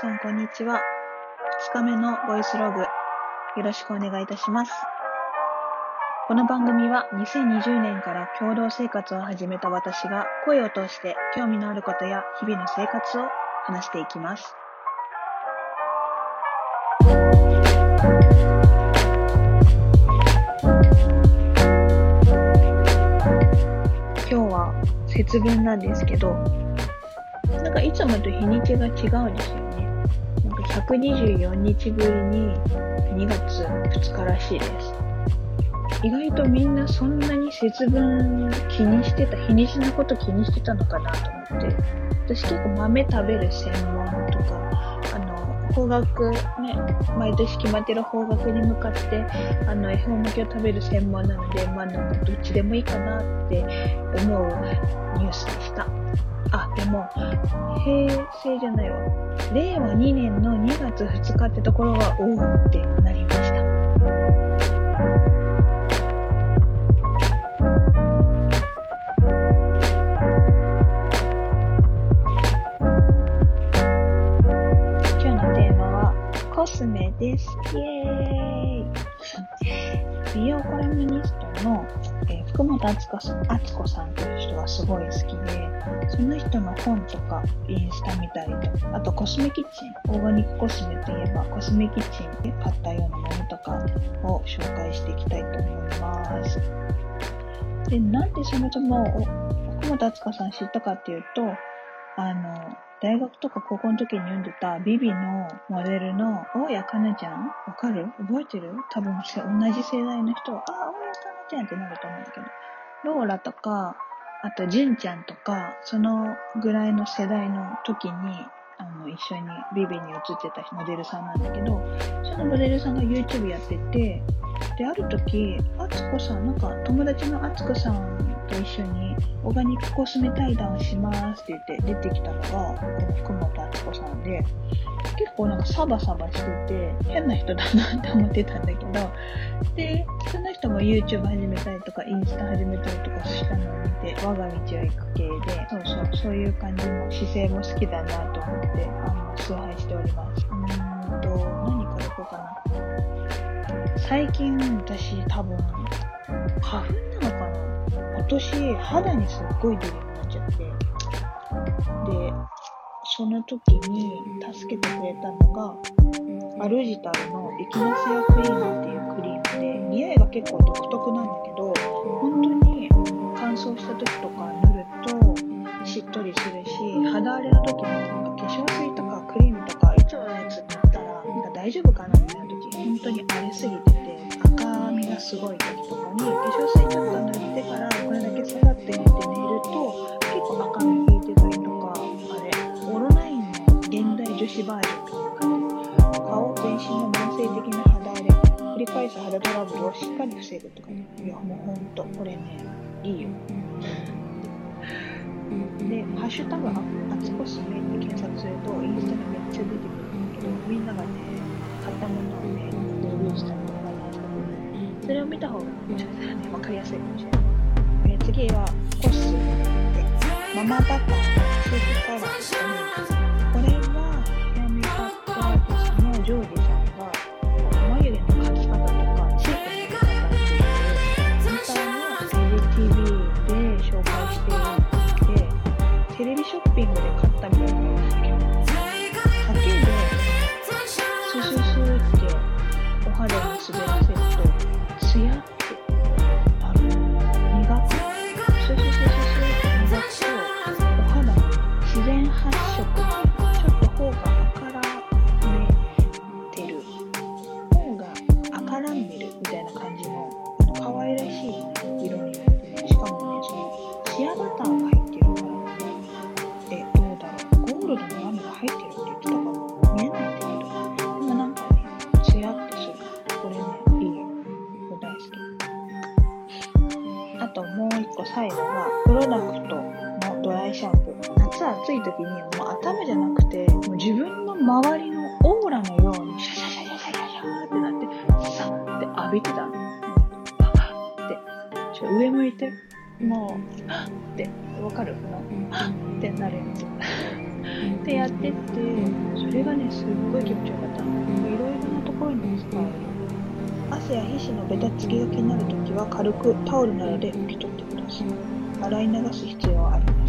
さんこんにちは。2日目のボイスログ、よろしくお願いいたします。この番組は2020年から共同生活を始めた私が声を通して興味のあることや日々の生活を話していきます。今日は節分なんですけど、なんかいつもと日にちが違うんですよね。なんか124日ぶりに2月2日らしいです。意外とみんなそんなに節分気にしてた、日にちのこと気にしてたのかなと思って。私結構豆食べる専門とか、方角ね、毎年決まってる方角に向かって恵方巻きを食べる専門なので、なんかどっちでもいいかなって思うニュースでした。でも平成じゃないわ、令和2年の2月2日ってところがおーってなりました。今日のテーマはコスメです。イエーイ。美容コラムニストの福本敦子さんという人がすごい好きで、その人の本とかインスタ見たりとか、あとコスメキッチン、オーガニックコスメといえばコスメキッチンで買ったようなものとかを紹介していきたいと思います。で、なんでそもそも福本敦子さん知ったかっていうと、大学とか高校の時に読んでたビビのモデルの大谷かなちゃん、わかる？覚えてる？多分同じ世代の人は大谷かなちゃんってなると思うんだけど、ローラとかあとジンちゃんとか、そのぐらいの世代の時に一緒にビビに映ってたモデルさんなんだけど、そのモデルさんが YouTube やってて、である時敦子さん、なんか友達の敦子さんと一緒にオーガニックコスメ対談をしますって言って出てきたのがこの福本敦子さんで、結構なんかサバサバしてて変な人だなって思ってたんだけど、でその人も YouTube 始めたりとかインスタ始めたりとかしたのを見て、我が道を行く系で、そういう感じの姿勢も好きだなと思って崇拝しております。何からいこうかな。最近私多分花粉なのかな、今年肌にすっごい出るようになっちゃって、でその時に助けてくれたのがアルジタルのエキナセアクリームっていうクリームで、匂いが結構独特なんだけど、本当に乾燥した時とか塗るとしっとりするし、肌荒れの時もなんか化粧水とかクリームとかいつものやつ塗ったらなんか大丈夫かなみたいな時、本当に荒れすぎてて赤みがすごい時とかに化粧水ちょっと塗ってからこれだけさらって入れて寝ると結構赤み引いてたりとか、オロナインの現代女子バージョンみたいな感じで、顔全身の慢性的な肌荒れ、繰り返す肌トラブルをしっかり防ぐとかね。いやもうほんとこれね、いいよ。で、ハッシュタグアツコスメって検索するとインスタがめっちゃ出てくるんだけど、みんながね買ったものをねレビューしたりとかなんだけど、それを見た方がもしかしたらね分かりやすいかもしれない。次はコスでママバターのチーズカラー、これはヘアメイクアップアーティストのジョージさんが眉毛の描き方とかチークのやり方っていうインスタの LTV で紹介していて、テレビショッピングで買ったみたいなんですけど、ハケでスススってお肌に滑らせるとツヤってなる。磨くスススススって磨くとお肌の自然発色、ちょっと方が赤らめてる、方が赤らんでるみたいな感じの可愛らしい色になってね、しかもねそのシアバターが入ってるから、どうだろう、ゴールドのラメが入ってるって言ってたかも、見えないんだけど、でもなんかねツヤってする。これねいいよ、これ大好き。あともう一個最後はプロダクトのドライシャンプー。夏暑い時にもう頭じゃなくてもう自分の周りのオーラのようにシャシャシャシャシャシャってなってさって浴びてたの。って上向いてもうってわかる？ってなるやつでやってって、それがね、すっごい気持ちよかったの。いろいろなところに使える。汗や皮脂のベタつきが気になるときは軽くタオルなどで拭き取ってください。洗い流す必要はありま